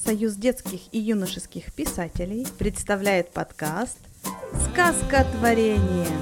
Союз детских и юношеских писателей представляет подкаст «Сказкотворение».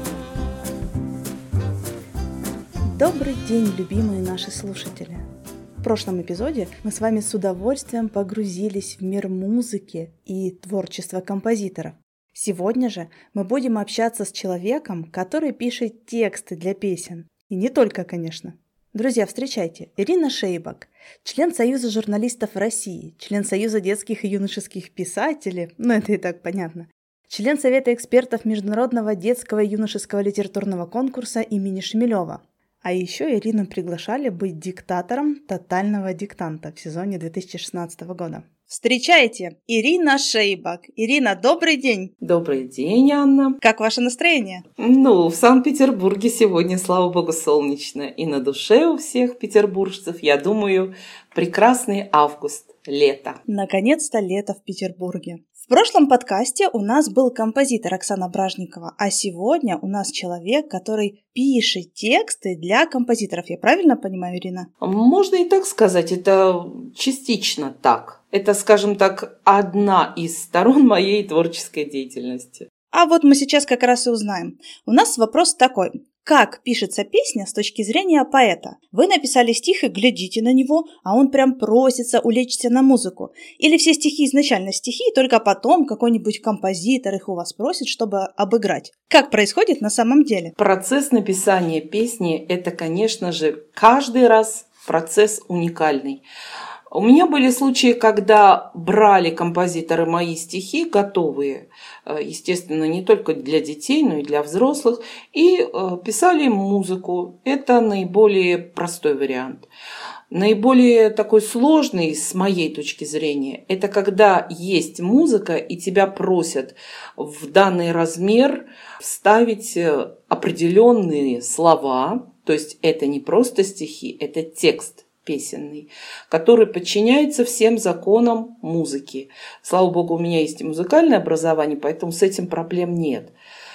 Добрый день, любимые наши слушатели! В прошлом эпизоде мы с вами с удовольствием погрузились в мир музыки и творчества композиторов. Сегодня же мы будем общаться с человеком, который пишет тексты для песен. И не только, конечно. Друзья, встречайте, Ирина Шейбак, член Союза журналистов России, член Союза детских и юношеских писателей, это и так понятно, член Совета экспертов Международного детского и юношеского литературного конкурса имени Шмелева. А еще Ирину приглашали быть диктатором «Тотального диктанта» в сезоне 2016 года. Встречайте, Ирина Шейбак. Ирина, добрый день. Добрый день, Анна. Как ваше настроение? В Санкт-Петербурге сегодня, слава богу, солнечно. И на душе у всех петербуржцев, я думаю, прекрасный август, лето. Наконец-то лето в Петербурге. В прошлом подкасте у нас был композитор Оксана Бражникова, а сегодня у нас человек, который пишет тексты для композиторов. Я правильно понимаю, Ирина? Можно и так сказать, это частично так. Это, скажем так, одна из сторон моей творческой деятельности. А вот мы сейчас как раз и узнаем. У нас вопрос такой. Как пишется песня с точки зрения поэта? Вы написали стих и глядите на него, а он прям просится улечься на музыку. Или все стихи изначально стихи, только потом какой-нибудь композитор их у вас просит, чтобы обыграть. Как происходит на самом деле? Процесс написания песни – это, конечно же, каждый раз процесс уникальный. У меня были случаи, когда брали композиторы мои стихи, готовые, естественно, не только для детей, но и для взрослых, и писали музыку. Это наиболее простой вариант. Наиболее такой сложный, с моей точки зрения, это когда есть музыка, и тебя просят в данный размер вставить определенные слова, то есть это не просто стихи, это текст песенный, который подчиняется всем законам музыки. Слава богу, у меня есть и музыкальное образование, поэтому с этим проблем нет.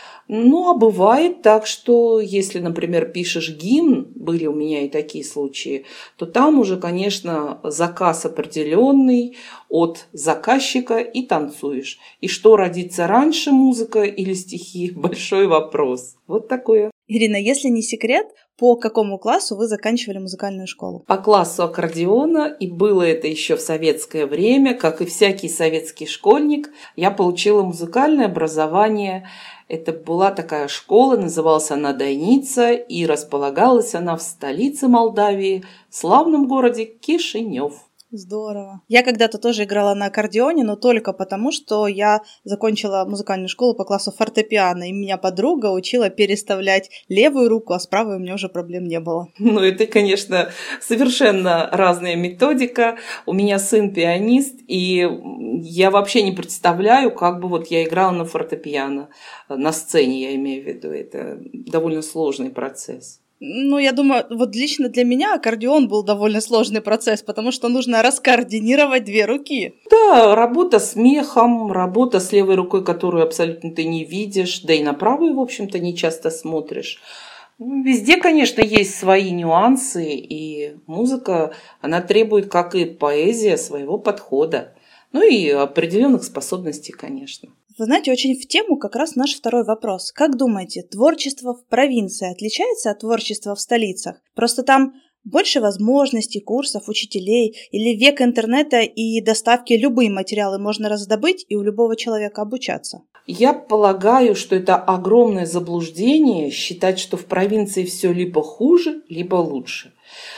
А бывает так, что если, например, пишешь гимн, были у меня и такие случаи, то там уже, конечно, заказ определенный от заказчика и танцуешь. И что родится раньше, музыка или стихи, большой вопрос. Вот такое. Ирина, если не секрет, по какому классу вы заканчивали музыкальную школу? По классу аккордеона, и было это еще в советское время, как и всякий советский школьник, я получила музыкальное образование. Это была такая школа, называлась она Дайница, и располагалась она в столице Молдавии, в славном городе Кишинев. Здорово. Я когда-то тоже играла на аккордеоне, но только потому, что я закончила музыкальную школу по классу фортепиано, и меня подруга учила переставлять левую руку, а с правой у меня уже проблем не было. Это, конечно, совершенно разная методика. У меня сын пианист, и я вообще не представляю, как бы я играла на фортепиано. На сцене, я имею в виду. Это довольно сложный процесс. Я думаю, лично для меня аккордеон был довольно сложный процесс, потому что нужно раскоординировать две руки. Да, работа с мехом, работа с левой рукой, которую абсолютно ты не видишь, да и на правую, в общем-то, не часто смотришь. Везде, конечно, есть свои нюансы, и музыка, она требует, как и поэзия, своего подхода. И определенных способностей, конечно. Вы знаете, очень в тему как раз наш второй вопрос. Как думаете, творчество в провинции отличается от творчества в столицах? Просто там больше возможностей, курсов, учителей, или век интернета и доставки любые материалы можно раздобыть и у любого человека обучаться? Я полагаю, что это огромное заблуждение считать, что в провинции все либо хуже, либо лучше.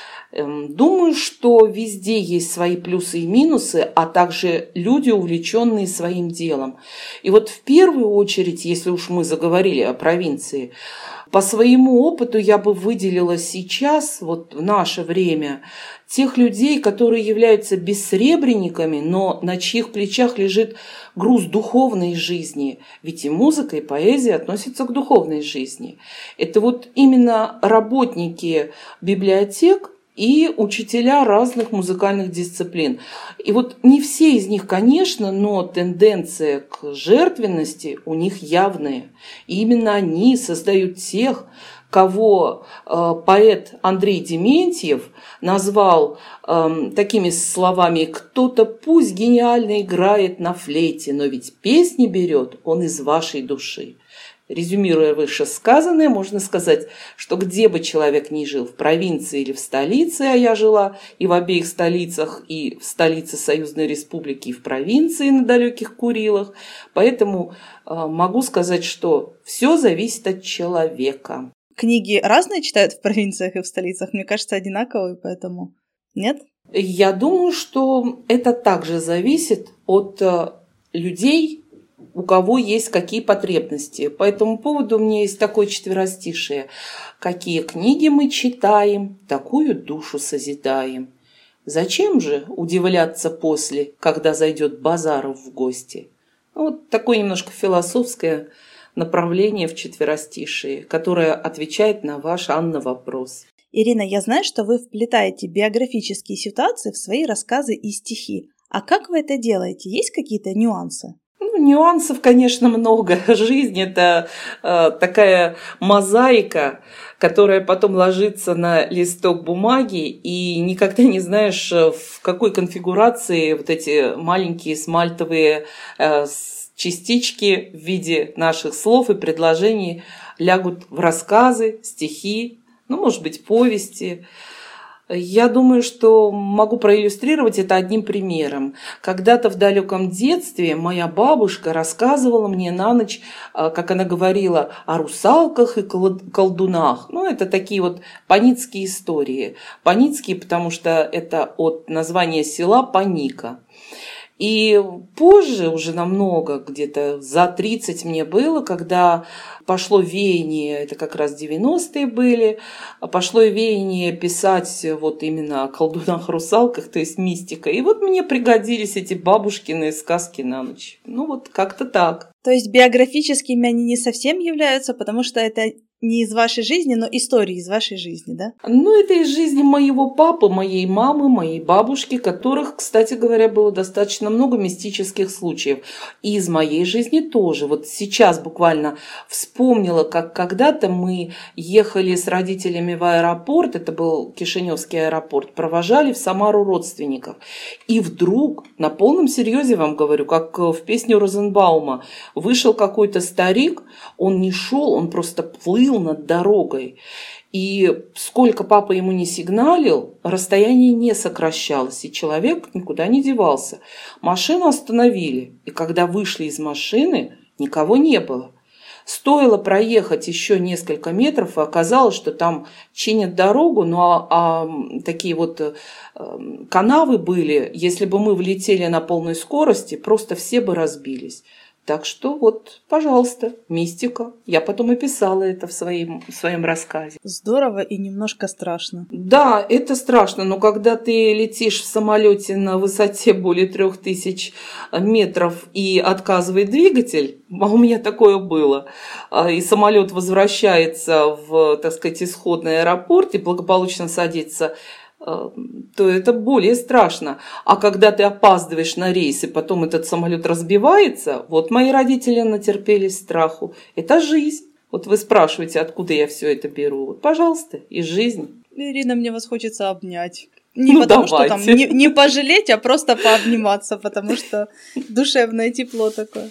Думаю, что везде есть свои плюсы и минусы, а также люди, увлеченные своим делом. И в первую очередь, если уж мы заговорили о провинции, по своему опыту я бы выделила сейчас, в наше время, тех людей, которые являются бессребренниками, но на чьих плечах лежит груз духовной жизни. Ведь и музыка, и поэзия относятся к духовной жизни. Это именно работники библиотек, и учителя разных музыкальных дисциплин. И не все из них, конечно, но тенденция к жертвенности у них явная. И именно они создают тех, кого поэт Андрей Дементьев назвал такими словами: «Кто-то пусть гениально играет на флейте, но ведь песни берет он из вашей души». Резюмируя вышесказанное, можно сказать, что где бы человек ни жил, в провинции или в столице, а я жила и в обеих столицах, и в столице Союзной Республики, и в провинции на далеких Курилах, поэтому могу сказать, что все зависит от человека. Книги разные читают в провинциях и в столицах? Мне кажется, одинаковые, поэтому нет? Я думаю, что это также зависит от людей, у кого есть какие потребности. По этому поводу у меня есть такое четверостишее: «Какие книги мы читаем, такую душу созидаем. Зачем же удивляться после, когда зайдет Базаров в гости?» Вот такое немножко философское направление в четверостишии, которое отвечает на ваш, Анна, вопрос. Ирина, я знаю, что вы вплетаете биографические ситуации в свои рассказы и стихи. А как вы это делаете? Есть какие-то нюансы? Нюансов, конечно, много. Жизнь – это такая мозаика, которая потом ложится на листок бумаги, и никогда не знаешь, в какой конфигурации вот эти маленькие смальтовые частички в виде наших слов и предложений лягут в рассказы, стихи, может быть, повести. Я думаю, что могу проиллюстрировать это одним примером. Когда-то в далеком детстве моя бабушка рассказывала мне на ночь, как она говорила, о русалках и колдунах. Это такие вот паницкие истории. Паницкие, потому что это от названия села Паника. И позже, уже намного, где-то за 30 мне было, когда пошло веяние, это как раз 90-е были, пошло веяние писать вот именно о колдунах-русалках, то есть мистика. И вот мне пригодились эти бабушкины сказки на ночь. Как-то так. То есть биографическими они не совсем являются, потому что это не из вашей жизни, но истории из вашей жизни, да? Это из жизни моего папы, моей мамы, моей бабушки, которых, кстати говоря, было достаточно много мистических случаев. И из моей жизни тоже. Вот сейчас буквально вспомнила, как когда-то мы ехали с родителями в аэропорт, это был Кишиневский аэропорт, провожали в Самару родственников. И вдруг, на полном серьезе вам говорю, как в песню Розенбаума, вышел какой-то старик, он не шел, он просто плыл над дорогой. И сколько папа ему не сигналил, расстояние не сокращалось, и человек никуда не девался. Машину остановили, и когда вышли из машины, никого не было. Стоило проехать еще несколько метров, и оказалось, что там чинят дорогу, такие вот канавы были, если бы мы влетели на полной скорости, просто все бы разбились. Так что пожалуйста, мистика. Я потом описала это в своем рассказе. Здорово и немножко страшно. Да, это страшно, но когда ты летишь в самолете на высоте более 3000 метров и отказывает двигатель, а у меня такое было, и самолет возвращается в, так сказать, исходный аэропорт и благополучно садится, то это более страшно. А когда ты опаздываешь на рейс, и потом этот самолет разбивается, мои родители натерпелись страху. Это жизнь. Вы спрашиваете, откуда я все это беру. Пожалуйста, из жизни. Ирина, мне вас хочется обнять. Не потому, давайте. Что там не пожалеть, а просто пообниматься, потому что душевное тепло такое.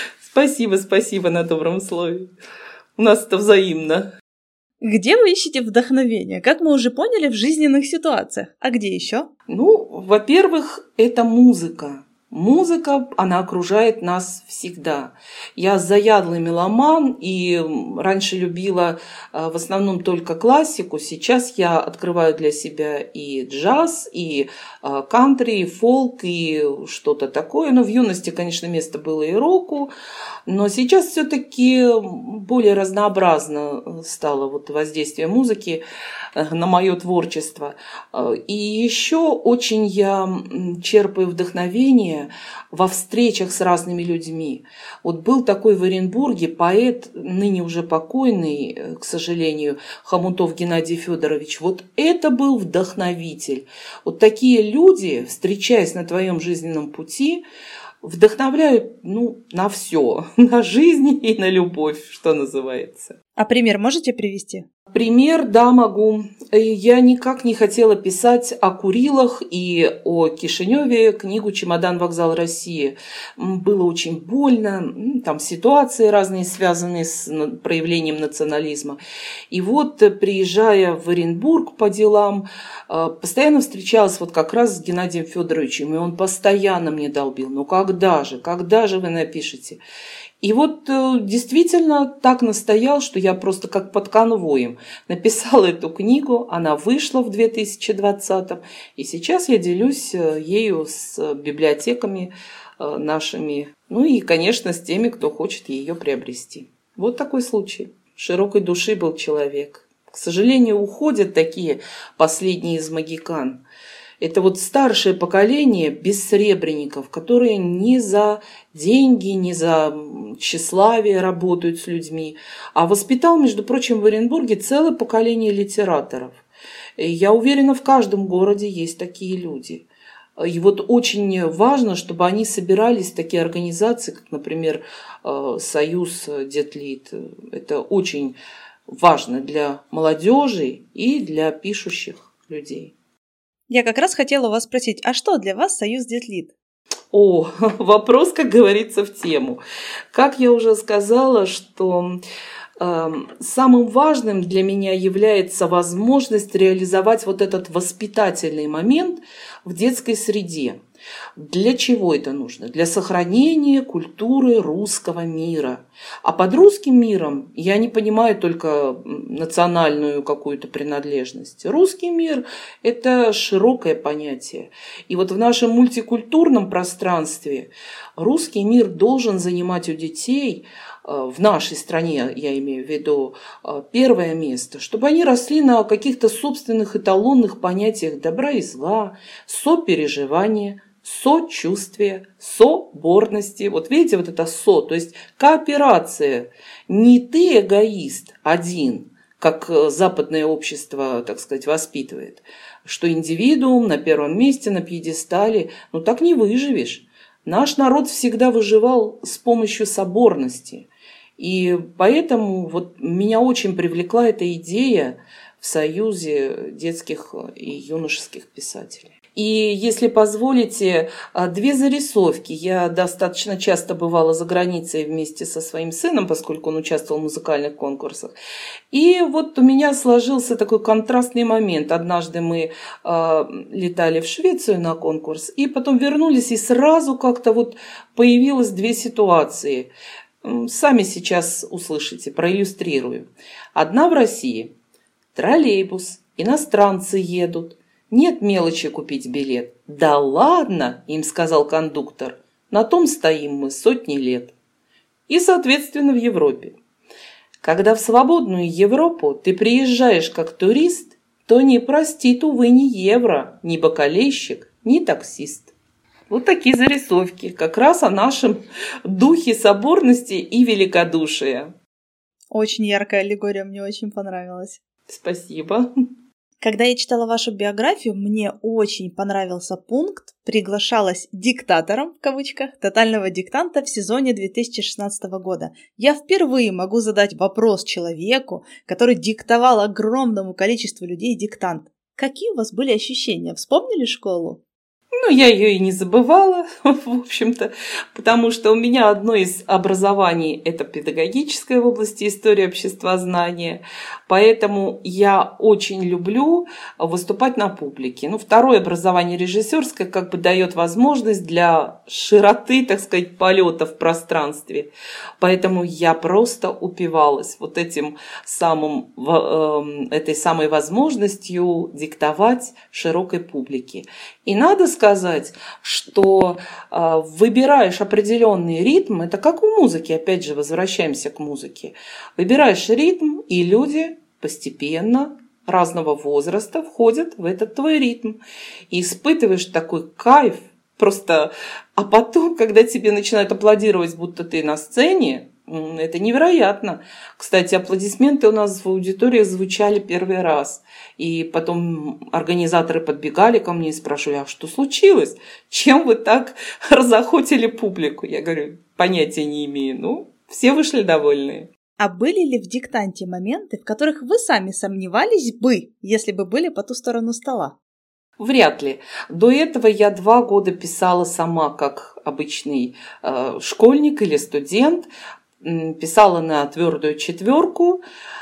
Спасибо на добром слове. У нас это взаимно. Где вы ищете вдохновение? Как мы уже поняли, в жизненных ситуациях. А где еще? Во-первых, это музыка. Музыка, она окружает нас всегда. Я заядлый меломан и раньше любила в основном только классику. Сейчас я открываю для себя и джаз, и кантри, и фолк, и что-то такое. В юности, конечно, место было и року, но сейчас все-таки более разнообразно стало воздействие музыки на мое творчество. И еще очень я черпаю вдохновение во встречах с разными людьми. Был такой в Оренбурге поэт, ныне уже покойный, к сожалению, Хомутов Геннадий Федорович. Это был вдохновитель. Такие люди, встречаясь на твоем жизненном пути, вдохновляют на все, на жизнь и на любовь, что называется. А пример можете привести? Пример, да, могу. Я никак не хотела писать о Курилах и о Кишиневе книгу «Чемодан. Вокзал России». Было очень больно, там ситуации разные, связанные с проявлением национализма. И вот, приезжая в Оренбург по делам, постоянно встречалась вот как раз с Геннадием Федоровичем, и он постоянно мне долбил: ну когда же вы напишете? И вот действительно так настоял, что я просто как под конвоем написала эту книгу, она вышла в 2020-м, и сейчас я делюсь ею с библиотеками нашими, ну и, конечно, с теми, кто хочет ее приобрести. Вот такой случай. Широкой души был человек. К сожалению, уходят такие последние из могикан. Это вот старшее поколение бессребренников, которые не за деньги, не за тщеславие работают с людьми, а воспитал, между прочим, в Оренбурге целое поколение литераторов. И я уверена, в каждом городе есть такие люди. И вот очень важно, чтобы они собирались в такие организации, как, например, Союз Детлит. Это очень важно для молодежи и для пишущих людей. Я как раз хотела у вас спросить, а что для вас Союз Детлит? О, вопрос, как говорится, в тему. Как я уже сказала, что самым важным для меня является возможность реализовать вот этот воспитательный момент в детской среде. Для чего это нужно? Для сохранения культуры русского мира. А под русским миром я не понимаю только национальную какую-то принадлежность. Русский мир – это широкое понятие. И вот в нашем мультикультурном пространстве русский мир должен занимать у детей, в нашей стране, я имею в виду, первое место, чтобы они росли на каких-то собственных эталонных понятиях добра и зла, сопереживания, сочувствия, соборности. Вот видите, вот это то есть кооперация. Не ты эгоист один, как западное общество, так сказать, воспитывает, что индивидуум на первом месте, на пьедестале, ну так не выживешь. Наш народ всегда выживал с помощью соборности. И поэтому вот меня очень привлекла эта идея в Союзе детских и юношеских писателей. И если позволите, две зарисовки. Я достаточно часто бывала за границей вместе со своим сыном, поскольку он участвовал в музыкальных конкурсах. И вот у меня сложился такой контрастный момент. Однажды мы летали в Швецию на конкурс, и потом вернулись, и сразу как-то вот появилось две ситуации. Сами сейчас услышите, проиллюстрирую. Одна в России. Троллейбус, иностранцы едут. Нет мелочи купить билет. Да ладно, им сказал кондуктор. На том стоим мы сотни лет. И, соответственно, в Европе. Когда в свободную Европу ты приезжаешь как турист, то не простит, увы, ни евро, ни бакалейщик, ни таксист. Вот такие зарисовки, как раз о нашем духе соборности и великодушия. Очень яркая аллегория, мне очень понравилась. Спасибо. Когда я читала вашу биографию, мне очень понравился пункт «Приглашалась диктатором» в кавычках тотального диктанта в сезоне 2016 года. Я впервые могу задать вопрос человеку, который диктовал огромному количеству людей диктант. Какие у вас были ощущения? Вспомнили школу? Ну, я ее и не забывала, в общем-то, потому что у меня одно из образований – это педагогическое в области истории обществознания, поэтому я очень люблю выступать на публике. Ну, второе образование режиссерское как бы дает возможность для широты, так сказать, полета в пространстве, поэтому я просто упивалась вот этой самой возможностью диктовать широкой публике. И надо сказать, что выбираешь определенный ритм, это как в музыке, опять же, возвращаемся к музыке. Выбираешь ритм, и люди постепенно разного возраста входят в этот твой ритм. И испытываешь такой кайф просто. А потом, когда тебе начинают аплодировать, будто ты на сцене, это невероятно. Кстати, аплодисменты у нас в аудитории звучали первый раз. И потом организаторы подбегали ко мне и спрашивали: а что случилось? Чем вы так разохотили публику? Я говорю: понятия не имею. Ну, все вышли довольные. А были ли в диктанте моменты, в которых вы сами сомневались бы, если бы были по ту сторону стола? Вряд ли. До этого я 2 года писала сама, как обычный школьник или студент. Писала на твердую 4.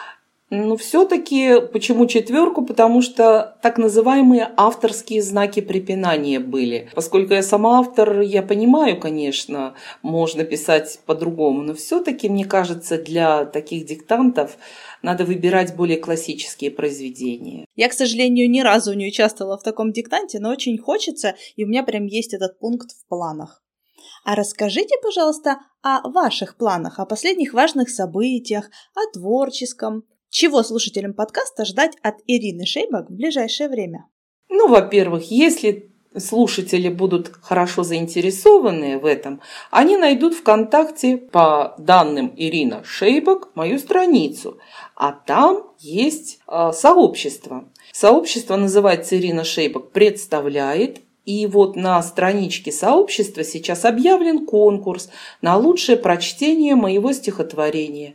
Но все-таки почему 4? Потому что так называемые авторские знаки препинания были. Поскольку я сама автор, я понимаю, конечно, можно писать по-другому, но все-таки, мне кажется, для таких диктантов надо выбирать более классические произведения. Я, к сожалению, ни разу не участвовала в таком диктанте, но очень хочется, и у меня прям есть этот пункт в планах. А расскажите, пожалуйста, о ваших планах, о последних важных событиях, о творческом. Чего слушателям подкаста ждать от Ирины Шейбак в ближайшее время? Ну, во-первых, если слушатели будут хорошо заинтересованы в этом, они найдут ВКонтакте по данным Ирина Шейбак мою страницу, а там есть сообщество. Сообщество называется «Ирина Шейбак представляет». И вот на страничке сообщества сейчас объявлен конкурс на лучшее прочтение моего стихотворения.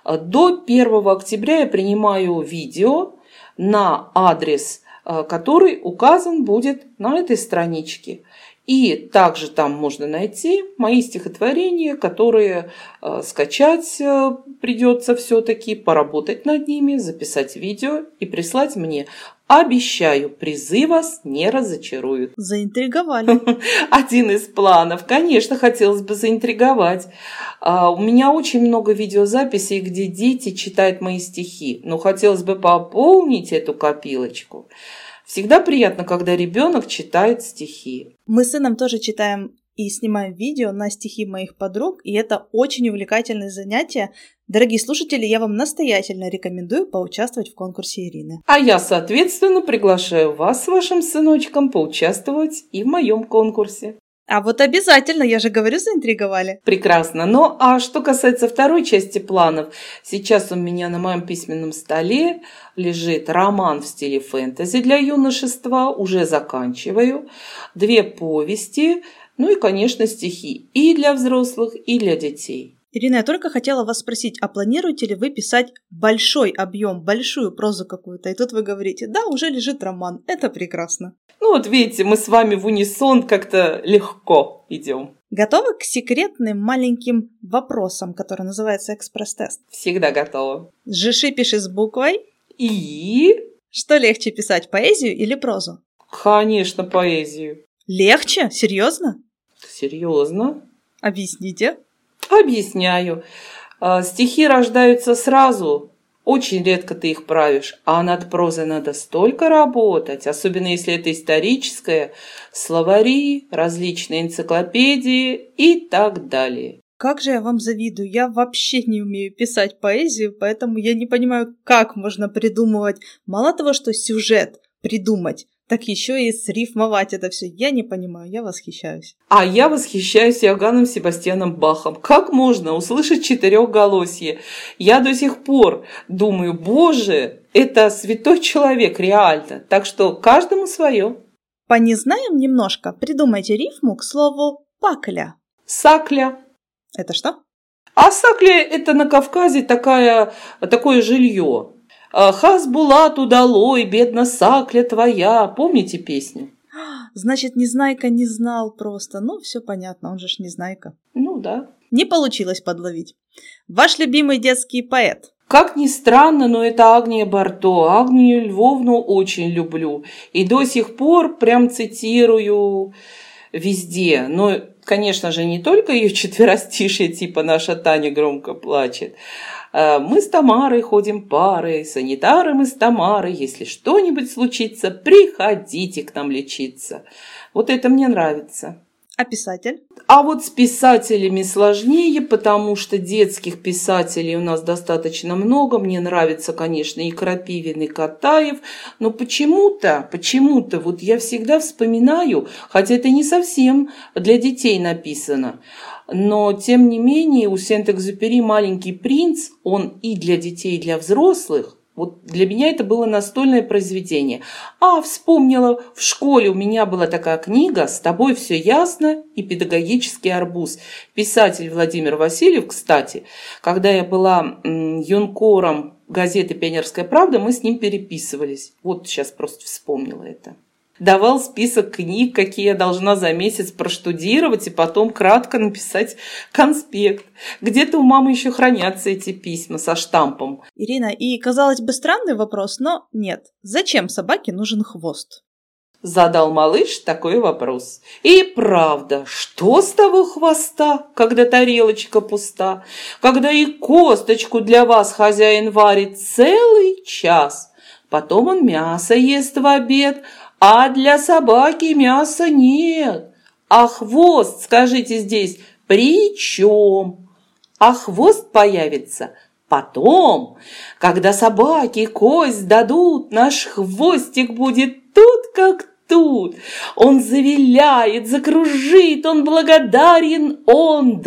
До 1 октября я принимаю видео на адрес, который указан будет на этой страничке. И также там можно найти мои стихотворения, которые скачать придется все-таки, поработать над ними, записать видео и прислать мне. Обещаю, призы вас не разочаруют. Заинтриговали. Один из планов. Конечно, хотелось бы заинтриговать. У меня очень много видеозаписей, где дети читают мои стихи. Но хотелось бы пополнить эту копилочку. Всегда приятно, когда ребенок читает стихи. Мы с сыном тоже читаем и снимаем видео на стихи моих подруг, и это очень увлекательное занятие. Дорогие слушатели, я вам настоятельно рекомендую поучаствовать в конкурсе Ирины. А я, соответственно, приглашаю вас с вашим сыночком поучаствовать и в моем конкурсе. А вот обязательно, я же говорю, заинтриговали. Прекрасно. Ну, а что касается второй части планов, сейчас у меня на моем письменном столе лежит роман в стиле фэнтези для юношества, уже заканчиваю, 2 повести, ну и, конечно, стихи и для взрослых, и для детей. Ирина, я только хотела вас спросить, а планируете ли вы писать большой объем, большую прозу какую-то? И тут вы говорите, да, уже лежит роман, это прекрасно. Ну вот видите, мы с вами в унисон как-то легко идем. Готовы к секретным маленьким вопросам, который называется экспресс-тест? Всегда готова. Жиши пиши с буквой. И? Что легче писать, поэзию или прозу? Конечно, поэзию. Легче? Серьезно? Серьезно? Объясните. Объясняю. Стихи рождаются сразу. Очень редко ты их правишь. А над прозой надо столько работать, особенно если это историческое, словари, различные энциклопедии и так далее. Как же я вам завидую. Я вообще не умею писать поэзию, поэтому я не понимаю, как можно придумывать. Мало того, что сюжет придумать, так еще и срифмовать это все. Я не понимаю, я восхищаюсь. А я восхищаюсь Иоганном Себастьяном Бахом. Как можно услышать 4-голосье? Я до сих пор думаю, боже, это святой человек, реально. Так что каждому свое. Понезнаем немножко, придумайте рифму к слову «пакля». Сакля. Это что? А сакля – это на Кавказе такое жилье. «Хазбулат удалой, бедна сакля твоя». Помните песню? Значит, Незнайка не знал просто. Ну, все понятно, он же ж Незнайка. Ну да. Не получилось подловить. Ваш любимый детский поэт? Как ни странно, но это Агния Барто. Агнию Львовну очень люблю. И до сих пор прям цитирую везде. Но, конечно же, не только ее четверостишие, типа «Наша Таня громко плачет». Мы с Тамарой ходим парой, санитары мы с Тамарой. Если что-нибудь случится, приходите к нам лечиться. Вот это мне нравится. А писатель? А вот с писателями сложнее, потому что детских писателей у нас достаточно много. Мне нравится, конечно, и Крапивин, и Катаев. Но почему-то, вот я всегда вспоминаю, хотя это не совсем для детей написано, но, тем не менее, у Сент-Экзюпери «Маленький принц», он и для детей, и для взрослых. Вот для меня это было настольное произведение. Вспомнила, в школе у меня была такая книга «С тобой все ясно» и «Педагогический арбуз». Писатель Владимир Васильев, кстати, когда я была юнкором газеты «Пионерская правда», мы с ним переписывались. Вот сейчас просто вспомнила это. Давал список книг, какие я должна за месяц проштудировать, и потом кратко написать конспект. Где-то у мамы еще хранятся эти письма со штампом. Ирина, и, казалось бы, странный вопрос, но нет. Зачем собаке нужен хвост? Задал малыш такой вопрос. И правда, что с того хвоста, когда тарелочка пуста, когда и косточку для вас хозяин варит целый час, потом он мясо ест в обед, а для собаки мяса нет. А хвост, скажите здесь, при чем? А хвост появится потом, когда собаки кость дадут, наш хвостик будет тут как тут. Он завиляет, закружит, он благодарен, он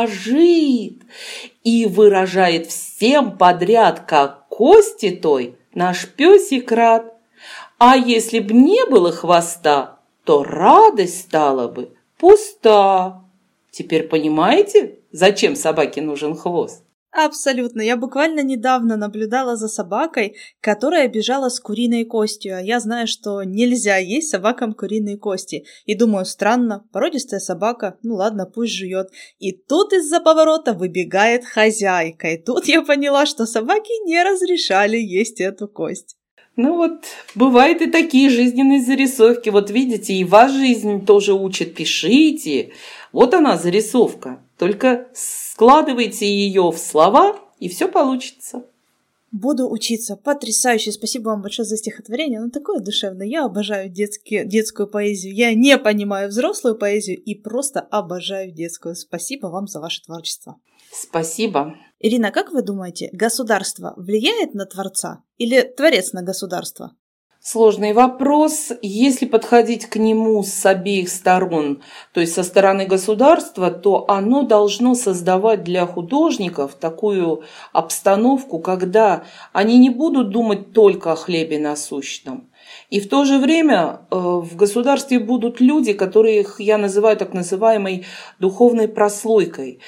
дрожит и выражает всем подряд, как кости той наш песик рад. А если б не было хвоста, то радость стала бы пуста. Теперь понимаете, зачем собаке нужен хвост? Абсолютно. Я буквально недавно наблюдала за собакой, которая бежала с куриной костью, а я знаю, что нельзя есть собакам куриные кости. И думаю, странно, породистая собака, ну ладно, пусть жует. И тут из-за поворота выбегает хозяйка. И тут я поняла, что собаке не разрешали есть эту кость. Ну вот, бывают и такие жизненные зарисовки. Вот видите, и вас жизнь тоже учит. Пишите. Вот она, зарисовка. Только складывайте ее в слова, и все получится. Буду учиться. Потрясающе. Спасибо вам большое за стихотворение. Оно такое душевное. Я обожаю детскую поэзию. Я не понимаю взрослую поэзию и просто обожаю детскую. Спасибо вам за ваше творчество. Спасибо. Ирина, как вы думаете, государство влияет на творца или творец на государство? Сложный вопрос. Если подходить к нему с обеих сторон, то есть со стороны государства, то оно должно создавать для художников такую обстановку, когда они не будут думать только о хлебе насущном. И в то же время в государстве будут люди, которых я называю так называемой духовной прослойкой.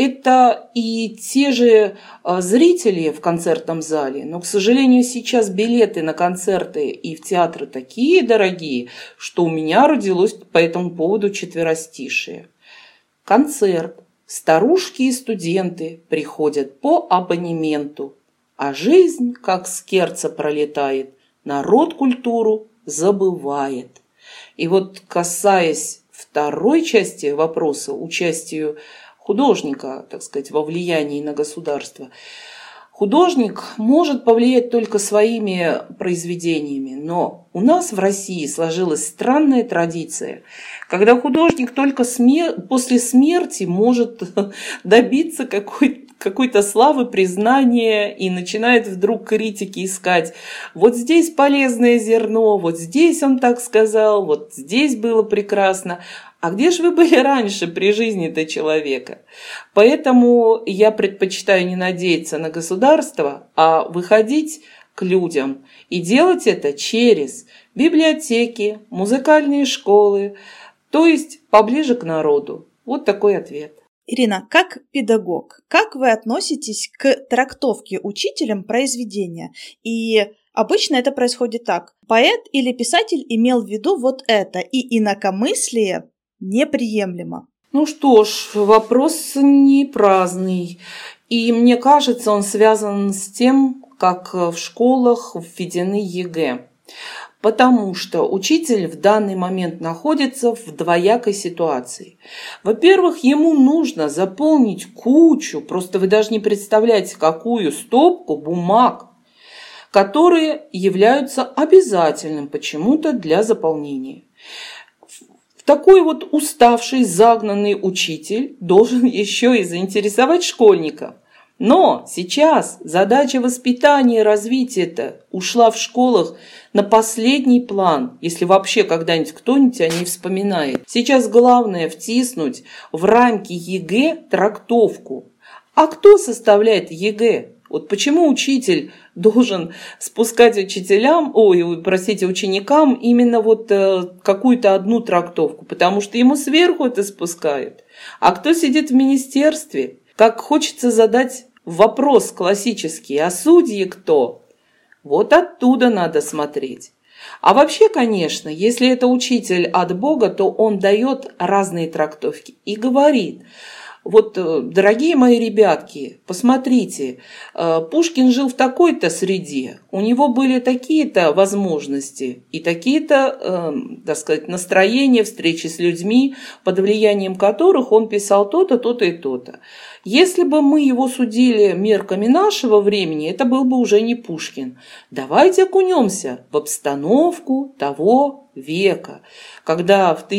Это и те же зрители в концертном зале, но, к сожалению, сейчас билеты на концерты и в театры такие дорогие, что у меня родилось по этому поводу четверостишие. Концерт. Старушки и студенты приходят по абонементу, а жизнь, как скерца, пролетает. Народ культуру забывает. И вот, касаясь второй части вопроса, участию художника, так сказать, во влиянии на государство, художник может повлиять только своими произведениями, но у нас в России сложилась странная традиция, когда художник только после смерти может добиться какой-то славы, признания и начинает вдруг критики искать. Вот здесь полезное зерно, вот здесь он так сказал, вот здесь было прекрасно. А где же вы были раньше при жизни-то человека? Поэтому я предпочитаю не надеяться на государство, а выходить к людям и делать это через библиотеки, музыкальные школы, то есть поближе к народу. Вот такой ответ. Ирина, как педагог, как вы относитесь к трактовке учителем произведения? И обычно это происходит так. Поэт или писатель имел в виду вот это, и инакомыслие неприемлемо. Ну что ж, вопрос не праздный. И мне кажется, он связан с тем, как в школах введены ЕГЭ. Потому что учитель в данный момент находится в двоякой ситуации. Во-первых, ему нужно заполнить кучу, просто вы даже не представляете, какую стопку бумаг, которые являются обязательным почему-то для заполнения. Такой вот уставший, загнанный учитель должен еще и заинтересовать школьников. Но сейчас задача воспитания и развития ушла в школах на последний план, если вообще когда-нибудь кто-нибудь о ней вспоминает. Сейчас главное втиснуть в рамки ЕГЭ трактовку. А кто составляет ЕГЭ? Вот почему учитель должен спускать ученикам именно вот какую-то одну трактовку, потому что ему сверху это спускают. А кто сидит в министерстве, как хочется задать вопрос классический, а судьи кто? Вот оттуда надо смотреть. А вообще, конечно, если это учитель от Бога, то он дает разные трактовки и говорит: вот, дорогие мои ребятки, посмотрите, Пушкин жил в такой-то среде, у него были такие-то возможности и такие-то, так сказать, настроения, встречи с людьми, под влиянием которых он писал то-то, то-то и то-то. Если бы мы его судили мерками нашего времени, это был бы уже не Пушкин. Давайте окунемся в обстановку того века, когда в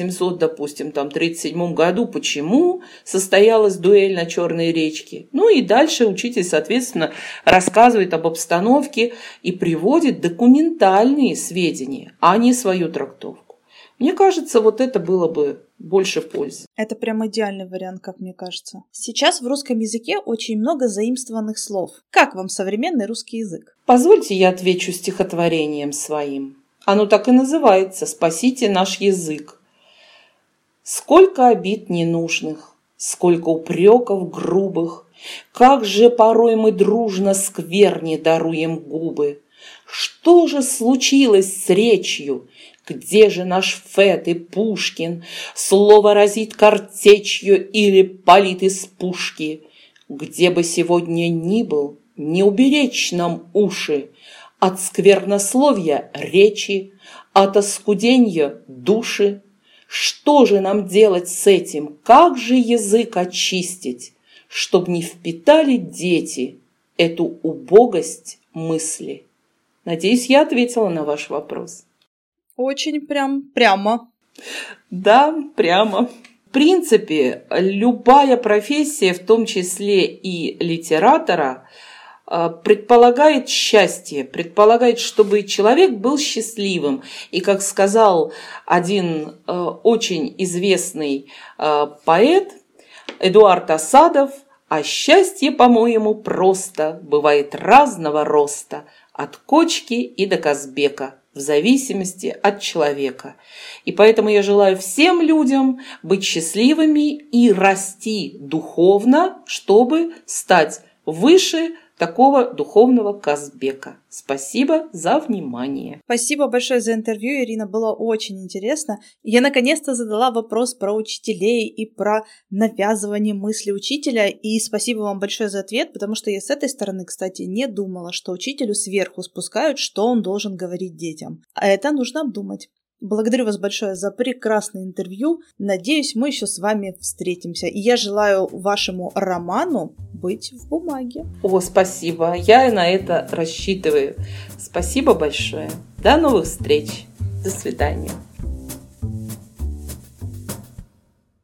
1837 году почему состоялась дуэль на Черной речке. Ну и дальше учитель, соответственно, рассказывает об обстановке и приводит документальные сведения, а не свою трактовку. Мне кажется, вот это было бы больше пользы. Это прям идеальный вариант, как мне кажется. Сейчас в русском языке очень много заимствованных слов. Как вам современный русский язык? Позвольте, я отвечу стихотворением своим. Оно так и называется «Спасите наш язык». Сколько обид ненужных, сколько упреков грубых, как же порой мы дружно скверне даруем губы. Что же случилось с речью? Где же наш Фет и Пушкин? Слово разит картечью или палит из пушки. Где бы сегодня ни был, не уберечь нам уши от сквернословия речи, от оскуденья души. Что же нам делать с этим? Как же язык очистить, чтоб не впитали дети эту убогость мысли? Надеюсь, я ответила на ваш вопрос. Очень прямо. Да, прямо. В принципе, любая профессия, в том числе и литератора, предполагает счастье, предполагает, чтобы человек был счастливым. И, как сказал один очень известный поэт Эдуард Асадов, а счастье, по-моему, просто бывает разного роста, от кочки и до Казбека, в зависимости от человека. И поэтому я желаю всем людям быть счастливыми и расти духовно, чтобы стать выше такого духовного Казбека. Спасибо за внимание. Спасибо большое за интервью, Ирина, было очень интересно. Я наконец-то задала вопрос про учителей и про навязывание мысли учителя, и спасибо вам большое за ответ, потому что я с этой стороны, кстати, не думала, что учителю сверху спускают, что он должен говорить детям. А это нужно обдумать. Благодарю вас большое за прекрасное интервью. Надеюсь, мы еще с вами встретимся. И я желаю вашему роману быть в бумаге. О, спасибо. Я на это рассчитываю. Спасибо большое. До новых встреч. До свидания.